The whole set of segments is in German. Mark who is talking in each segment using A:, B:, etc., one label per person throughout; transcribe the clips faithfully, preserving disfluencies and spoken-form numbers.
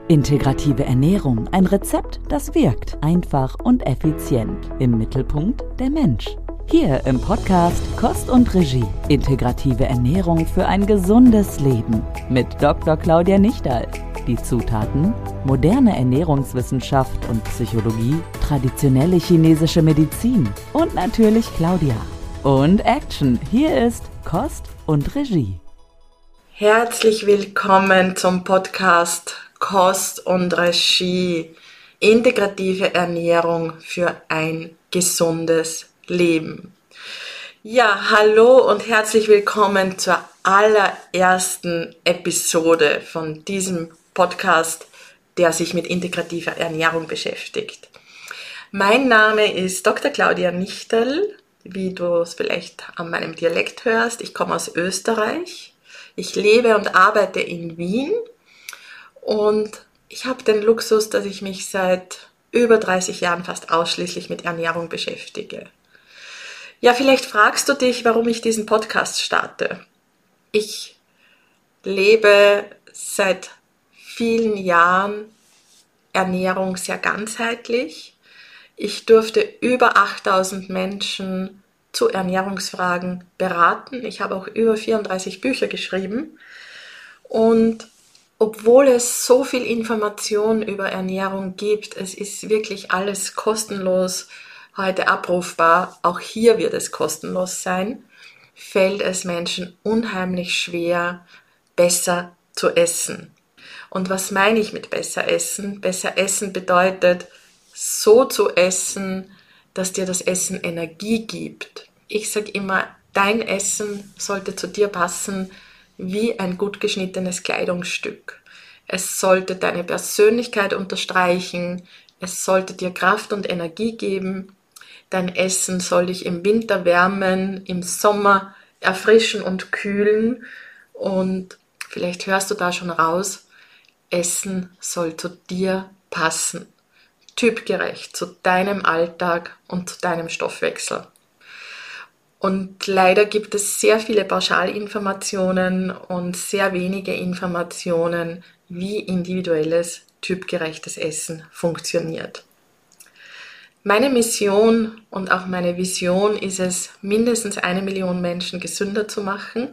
A: Integrative Ernährung, ein Rezept, das wirkt, einfach und effizient. Im Mittelpunkt der Mensch. Hier im Podcast Kost und Regie. Integrative Ernährung für ein gesundes Leben. Mit Doktor Claudia Nichterl. Die Zutaten: moderne Ernährungswissenschaft und Psychologie, traditionelle chinesische Medizin und natürlich Claudia. Und Action, hier ist Kost und Regie.
B: Herzlich willkommen zum Podcast Kost und Regie, integrative Ernährung für ein gesundes Leben. Ja, hallo und herzlich willkommen zur allerersten Episode von diesem Podcast, der sich mit integrativer Ernährung beschäftigt. Mein Name ist Doktor Claudia Nichterl, wie du es vielleicht an meinem Dialekt hörst. Ich komme aus Österreich. Ich lebe und arbeite in Wien. Und ich habe den Luxus, dass ich mich seit über dreißig Jahren fast ausschließlich mit Ernährung beschäftige. Ja, vielleicht fragst du dich, warum ich diesen Podcast starte. Ich lebe seit vielen Jahren Ernährung sehr ganzheitlich. Ich durfte über achttausend Menschen zu Ernährungsfragen beraten. Ich habe auch über vierunddreißig Bücher geschrieben. Und obwohl es so viel Information über Ernährung gibt, es ist wirklich alles kostenlos heute abrufbar, auch hier wird es kostenlos sein, fällt es Menschen unheimlich schwer, besser zu essen. Und was meine ich mit besser essen? Besser essen bedeutet, so zu essen, dass dir das Essen Energie gibt. Ich sage immer, dein Essen sollte zu dir passen, wie ein gut geschnittenes Kleidungsstück. Es sollte deine Persönlichkeit unterstreichen, es sollte dir Kraft und Energie geben. Dein Essen soll dich im Winter wärmen, im Sommer erfrischen und kühlen. Und vielleicht hörst du da schon raus, Essen soll zu dir passen, typgerecht zu deinem Alltag und zu deinem Stoffwechsel. Und leider gibt es sehr viele Pauschalinformationen und sehr wenige Informationen, wie individuelles, typgerechtes Essen funktioniert. Meine Mission und auch meine Vision ist es, mindestens eine Million Menschen gesünder zu machen.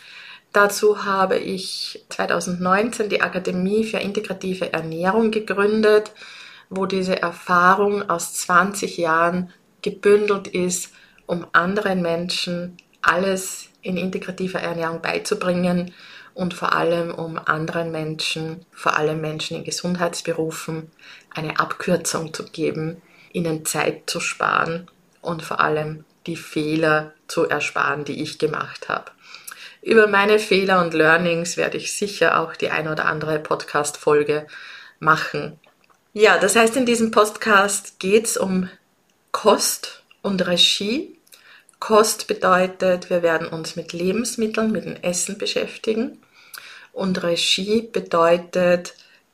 B: Dazu habe ich zweitausendneunzehn die Akademie für integrative Ernährung gegründet, wo diese Erfahrung aus zwanzig Jahren gebündelt ist, um anderen Menschen alles in integrativer Ernährung beizubringen und vor allem um anderen Menschen, vor allem Menschen in Gesundheitsberufen, eine Abkürzung zu geben, ihnen Zeit zu sparen und vor allem die Fehler zu ersparen, die ich gemacht habe. Über meine Fehler und Learnings werde ich sicher auch die ein oder andere Podcast-Folge machen. Ja, das heißt, in diesem Podcast geht es um Kost und Regie. Kost bedeutet, wir werden uns mit Lebensmitteln, mit dem Essen beschäftigen. Und Regie bedeutet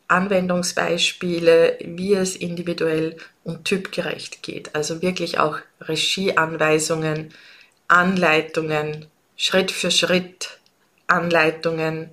B: Anwendungsbeispiele, wie es individuell und typgerecht geht. Also wirklich auch Regieanweisungen, Anleitungen, Schritt für Schritt Anleitungen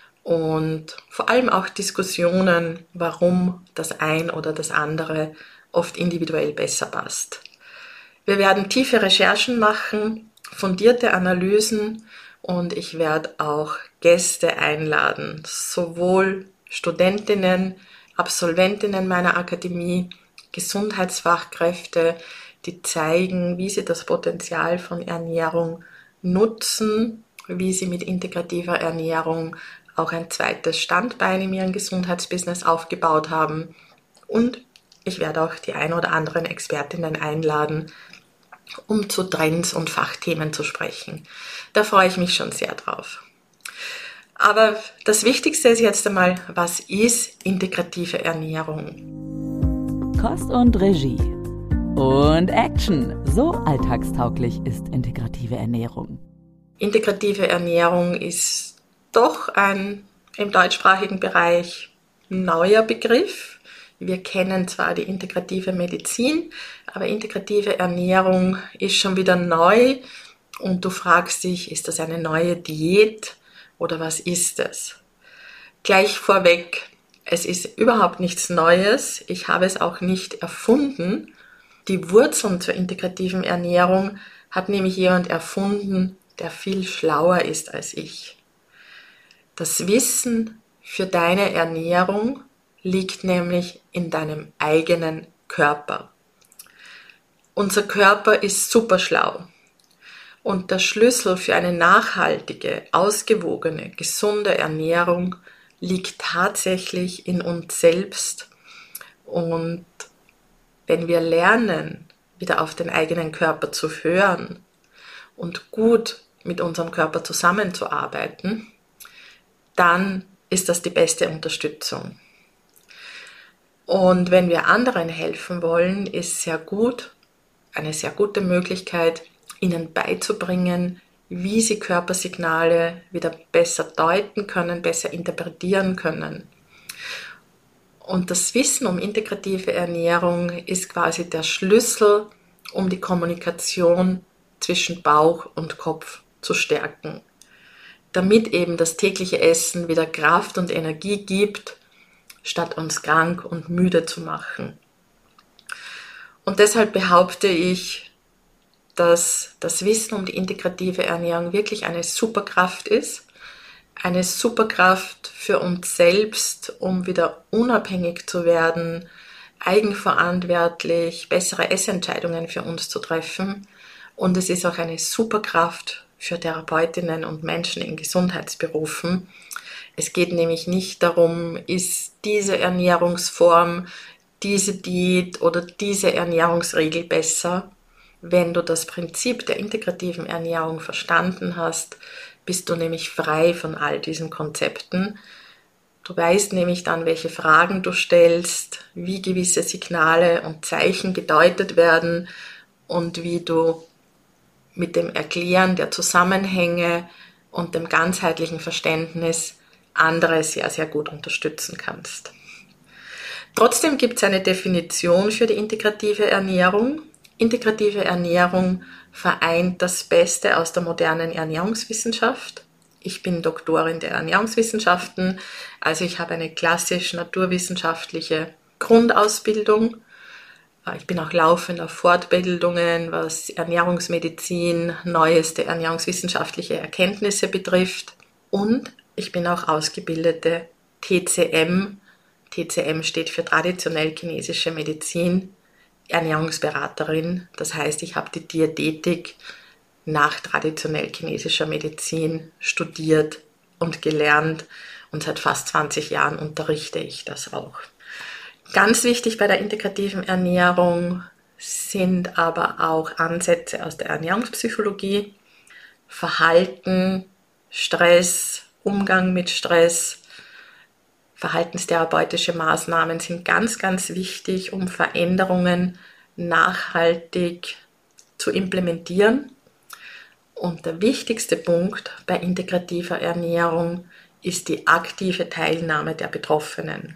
B: und vor allem auch Diskussionen, warum das ein oder das andere oft individuell besser passt. Wir werden tiefe Recherchen machen, fundierte Analysen und ich werde auch Gäste einladen, sowohl Studentinnen, Absolventinnen meiner Akademie, Gesundheitsfachkräfte, die zeigen, wie sie das Potenzial von Ernährung nutzen, wie sie mit integrativer Ernährung auch ein zweites Standbein in ihrem Gesundheitsbusiness aufgebaut haben. Und ich werde auch die ein oder anderen Expertinnen einladen, um zu Trends und Fachthemen zu sprechen. Da freue ich mich schon sehr drauf. Aber das Wichtigste ist jetzt einmal, was ist integrative Ernährung?
A: Kost und Regie. Und Action. So alltagstauglich ist integrative Ernährung.
B: Integrative Ernährung ist doch ein im deutschsprachigen Bereich neuer Begriff. Wir kennen zwar die integrative Medizin, aber integrative Ernährung ist schon wieder neu und du fragst dich, ist das eine neue Diät oder was ist es? Gleich vorweg, Es ist überhaupt nichts Neues. Ich habe es auch nicht erfunden. Die Wurzeln zur integrativen Ernährung hat nämlich jemand erfunden, der viel schlauer ist als ich. Das Wissen für deine Ernährung liegt nämlich in deinem eigenen Körper. Unser Körper ist super schlau. Und der Schlüssel für eine nachhaltige, ausgewogene, gesunde Ernährung liegt tatsächlich in uns selbst. Und wenn wir lernen, wieder auf den eigenen Körper zu hören und gut mit unserem Körper zusammenzuarbeiten, dann ist das die beste Unterstützung. Und wenn wir anderen helfen wollen, ist sehr gut, eine sehr gute Möglichkeit, ihnen beizubringen, wie sie Körpersignale wieder besser deuten können, besser interpretieren können. Und das Wissen um integrative Ernährung ist quasi der Schlüssel, um die Kommunikation zwischen Bauch und Kopf zu stärken, damit eben das tägliche Essen wieder Kraft und Energie gibt, statt uns krank und müde zu machen. Und deshalb behaupte ich, dass das Wissen um die integrative Ernährung wirklich eine Superkraft ist, eine Superkraft für uns selbst, um wieder unabhängig zu werden, eigenverantwortlich, bessere Essentscheidungen für uns zu treffen. Und es ist auch eine Superkraft für Therapeutinnen und Menschen in Gesundheitsberufen. Es geht nämlich nicht darum, ist diese Ernährungsform, diese Diät oder diese Ernährungsregel besser. Wenn du das Prinzip der integrativen Ernährung verstanden hast, bist du nämlich frei von all diesen Konzepten. Du weißt nämlich dann, welche Fragen du stellst, wie gewisse Signale und Zeichen gedeutet werden und wie du mit dem Erklären der Zusammenhänge und dem ganzheitlichen Verständnis andere sehr, sehr gut unterstützen kannst. Trotzdem gibt es eine Definition für die integrative Ernährung. Integrative Ernährung vereint das Beste aus der modernen Ernährungswissenschaft. Ich bin Doktorin der Ernährungswissenschaften, also ich habe eine klassisch naturwissenschaftliche Grundausbildung. Ich bin auch laufend auf Fortbildungen, was Ernährungsmedizin, neueste ernährungswissenschaftliche Erkenntnisse betrifft. Und ich bin auch ausgebildete T C M. T C M steht für traditionell chinesische Medizin. Ernährungsberaterin, das heißt, ich habe die Diätetik nach traditionell chinesischer Medizin studiert und gelernt und seit fast zwanzig Jahren unterrichte ich das auch. Ganz wichtig bei der integrativen Ernährung sind aber auch Ansätze aus der Ernährungspsychologie, Verhalten, Stress, Umgang mit Stress, verhaltenstherapeutische Maßnahmen sind ganz, ganz wichtig, um Veränderungen nachhaltig zu implementieren. Und der wichtigste Punkt bei integrativer Ernährung ist die aktive Teilnahme der Betroffenen.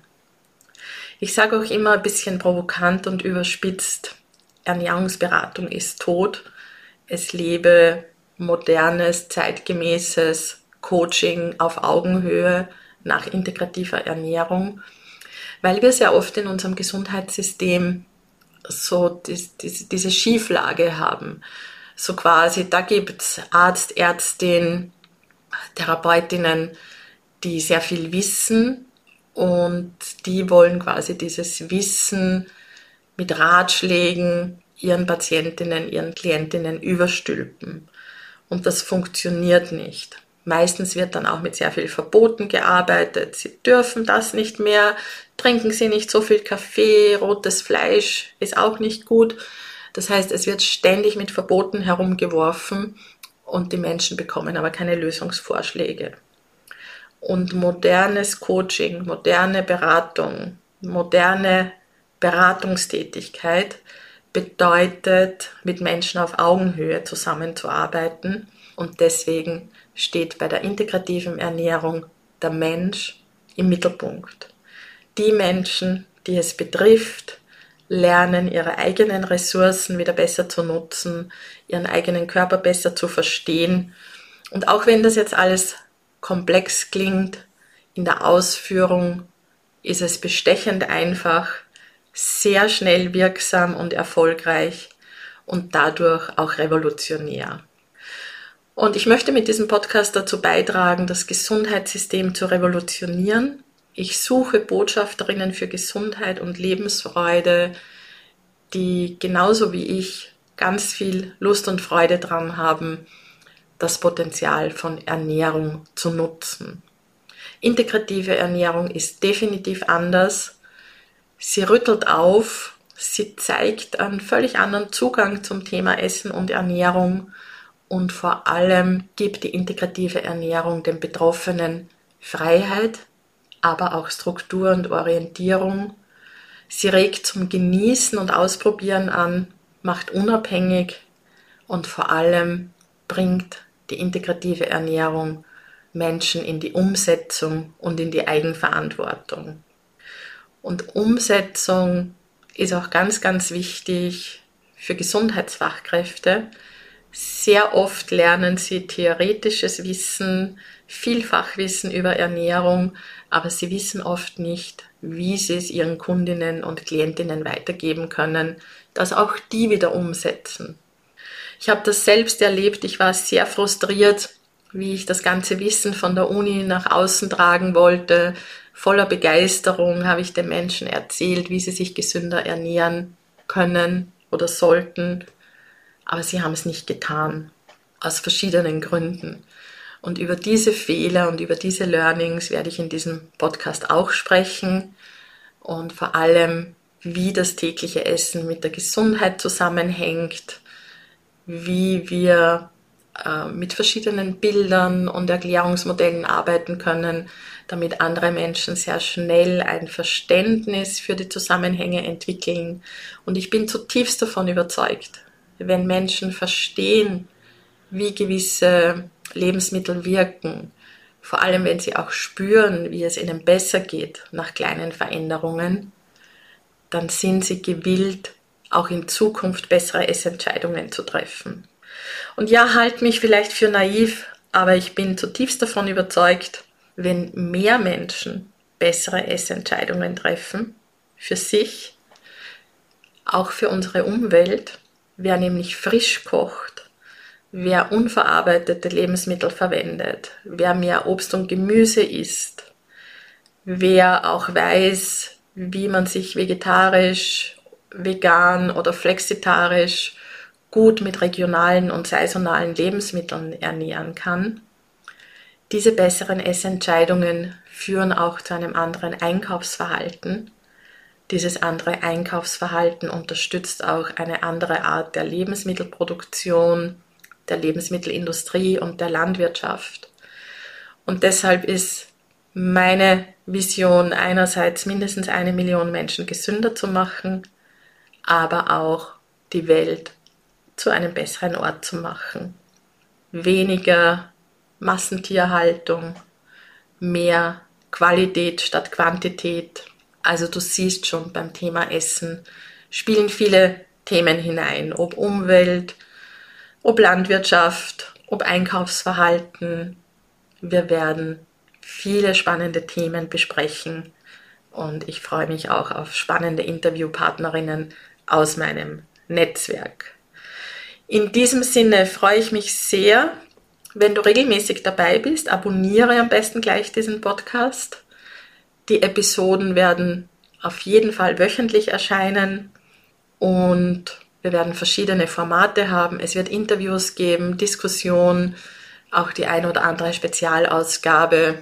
B: Ich sage auch immer ein bisschen provokant und überspitzt, Ernährungsberatung ist tot. Es lebe modernes, zeitgemäßes Coaching auf Augenhöhe nach integrativer Ernährung, weil wir sehr oft in unserem Gesundheitssystem so die, die, diese Schieflage haben. So quasi, da gibt es Arzt, Ärztin, Therapeutinnen, die sehr viel wissen und die wollen quasi dieses Wissen mit Ratschlägen ihren Patientinnen, ihren Klientinnen überstülpen. Und das funktioniert nicht. Meistens wird dann auch mit sehr viel Verboten gearbeitet. Sie dürfen das nicht mehr, trinken Sie nicht so viel Kaffee, rotes Fleisch ist auch nicht gut. Das heißt, es wird ständig mit Verboten herumgeworfen und die Menschen bekommen aber keine Lösungsvorschläge. Und modernes Coaching, moderne Beratung, moderne Beratungstätigkeit bedeutet, mit Menschen auf Augenhöhe zusammenzuarbeiten. Und deswegen steht bei der integrativen Ernährung der Mensch im Mittelpunkt. Die Menschen, die es betrifft, lernen, ihre eigenen Ressourcen wieder besser zu nutzen, ihren eigenen Körper besser zu verstehen. Und auch wenn das jetzt alles komplex klingt, in der Ausführung ist es bestechend einfach, sehr schnell wirksam und erfolgreich und dadurch auch revolutionär. Und ich möchte mit diesem Podcast dazu beitragen, das Gesundheitssystem zu revolutionieren. Ich suche Botschafterinnen für Gesundheit und Lebensfreude, die genauso wie ich ganz viel Lust und Freude dran haben, das Potenzial von Ernährung zu nutzen. Integrative Ernährung ist definitiv anders. Sie rüttelt auf, sie zeigt einen völlig anderen Zugang zum Thema Essen und Ernährung und vor allem gibt die integrative Ernährung den Betroffenen Freiheit, aber auch Struktur und Orientierung. Sie regt zum Genießen und Ausprobieren an, macht unabhängig und vor allem bringt die integrative Ernährung Menschen in die Umsetzung und in die Eigenverantwortung. Und Umsetzung ist auch ganz, ganz wichtig für Gesundheitsfachkräfte. Sehr oft lernen sie theoretisches Wissen, viel Fachwissen über Ernährung, aber sie wissen oft nicht, wie sie es ihren Kundinnen und Klientinnen weitergeben können, dass auch die wieder umsetzen. Ich habe das selbst erlebt, ich war sehr frustriert, wie ich das ganze Wissen von der Uni nach außen tragen wollte. Voller Begeisterung habe ich den Menschen erzählt, wie sie sich gesünder ernähren können oder sollten. Aber sie haben es nicht getan, aus verschiedenen Gründen. Und über diese Fehler und über diese Learnings werde ich in diesem Podcast auch sprechen und vor allem, wie das tägliche Essen mit der Gesundheit zusammenhängt, wie wir äh, mit verschiedenen Bildern und Erklärungsmodellen arbeiten können, damit andere Menschen sehr schnell ein Verständnis für die Zusammenhänge entwickeln. Und ich bin zutiefst davon überzeugt, wenn Menschen verstehen, wie gewisse Lebensmittel wirken, vor allem wenn sie auch spüren, wie es ihnen besser geht nach kleinen Veränderungen, dann sind sie gewillt, auch in Zukunft bessere Essentscheidungen zu treffen. Und ja, halt mich vielleicht für naiv, aber ich bin zutiefst davon überzeugt, wenn mehr Menschen bessere Essentscheidungen treffen, für sich, auch für unsere Umwelt, wer nämlich frisch kocht, wer unverarbeitete Lebensmittel verwendet, wer mehr Obst und Gemüse isst, wer auch weiß, wie man sich vegetarisch, vegan oder flexitarisch gut mit regionalen und saisonalen Lebensmitteln ernähren kann. Diese besseren Essentscheidungen führen auch zu einem anderen Einkaufsverhalten. Dieses andere Einkaufsverhalten unterstützt auch eine andere Art der Lebensmittelproduktion, der Lebensmittelindustrie und der Landwirtschaft. Und deshalb ist meine Vision einerseits mindestens eine Million Menschen gesünder zu machen, aber auch die Welt zu einem besseren Ort zu machen. Weniger Massentierhaltung, mehr Qualität statt Quantität. Also du siehst schon, beim Thema Essen spielen viele Themen hinein, ob Umwelt, ob Landwirtschaft, ob Einkaufsverhalten. Wir werden viele spannende Themen besprechen und ich freue mich auch auf spannende Interviewpartnerinnen aus meinem Netzwerk. In diesem Sinne freue ich mich sehr, wenn du regelmäßig dabei bist. Abonniere am besten gleich diesen Podcast. Die Episoden werden auf jeden Fall wöchentlich erscheinen und wir werden verschiedene Formate haben. Es wird Interviews geben, Diskussionen, auch die ein oder andere Spezialausgabe.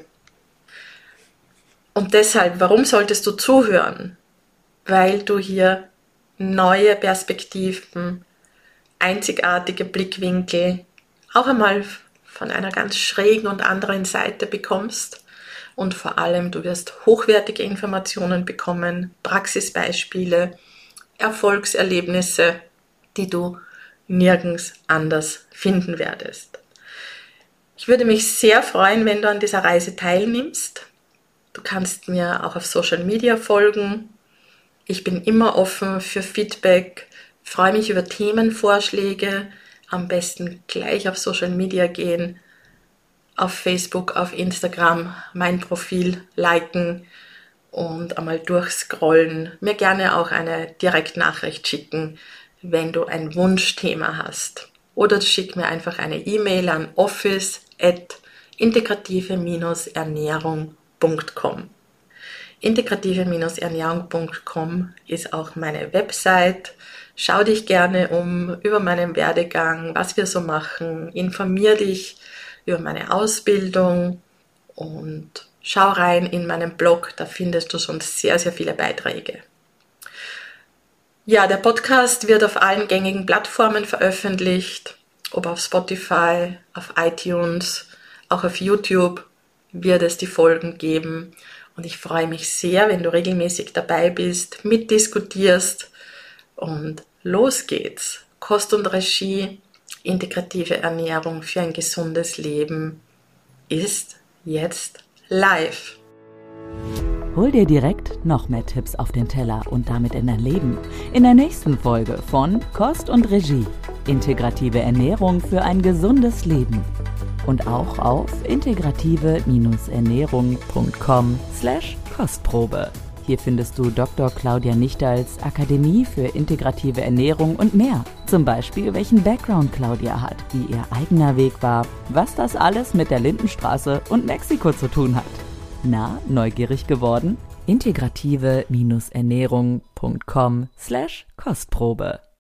B: Und deshalb, warum solltest du zuhören? Weil du hier neue Perspektiven, einzigartige Blickwinkel, auch einmal von einer ganz schrägen und anderen Seite bekommst. Und vor allem, du wirst hochwertige Informationen bekommen, Praxisbeispiele, Erfolgserlebnisse, die du nirgends anders finden werdest. Ich würde mich sehr freuen, wenn du an dieser Reise teilnimmst. Du kannst mir auch auf Social Media folgen. Ich bin immer offen für Feedback, freue mich über Themenvorschläge. Am besten gleich auf Social Media gehen, auf Facebook, auf Instagram, mein Profil liken und einmal durchscrollen. Mir gerne auch eine Direktnachricht schicken, wenn du ein Wunschthema hast. Oder schick mir einfach eine E-Mail an office at integrative ernährung punkt com. integrative ernährung punkt com ist auch meine Website. Schau dich gerne um über meinen Werdegang, was wir so machen. Informier dich über meine Ausbildung und schau rein in meinen Blog. Da findest du schon sehr, sehr viele Beiträge. Ja, der Podcast wird auf allen gängigen Plattformen veröffentlicht, ob auf Spotify, auf iTunes, auch auf YouTube wird es die Folgen geben. Und ich freue mich sehr, wenn du regelmäßig dabei bist, mitdiskutierst. Und los geht's. Kost und Regie, integrative Ernährung für ein gesundes Leben ist jetzt live.
A: Hol dir direkt noch mehr Tipps auf den Teller und damit in dein Leben. In der nächsten Folge von Kost und Regie. Integrative Ernährung für ein gesundes Leben. Und auch auf integrative ernährung punkt com slash Kostprobe. Hier findest du Doktor Claudia Nichtals Akademie für integrative Ernährung und mehr. Zum Beispiel, welchen Background Claudia hat, wie ihr eigener Weg war, was das alles mit der Lindenstraße und Mexiko zu tun hat. Na, neugierig geworden? integrative ernährung punkt com slash Kostprobe.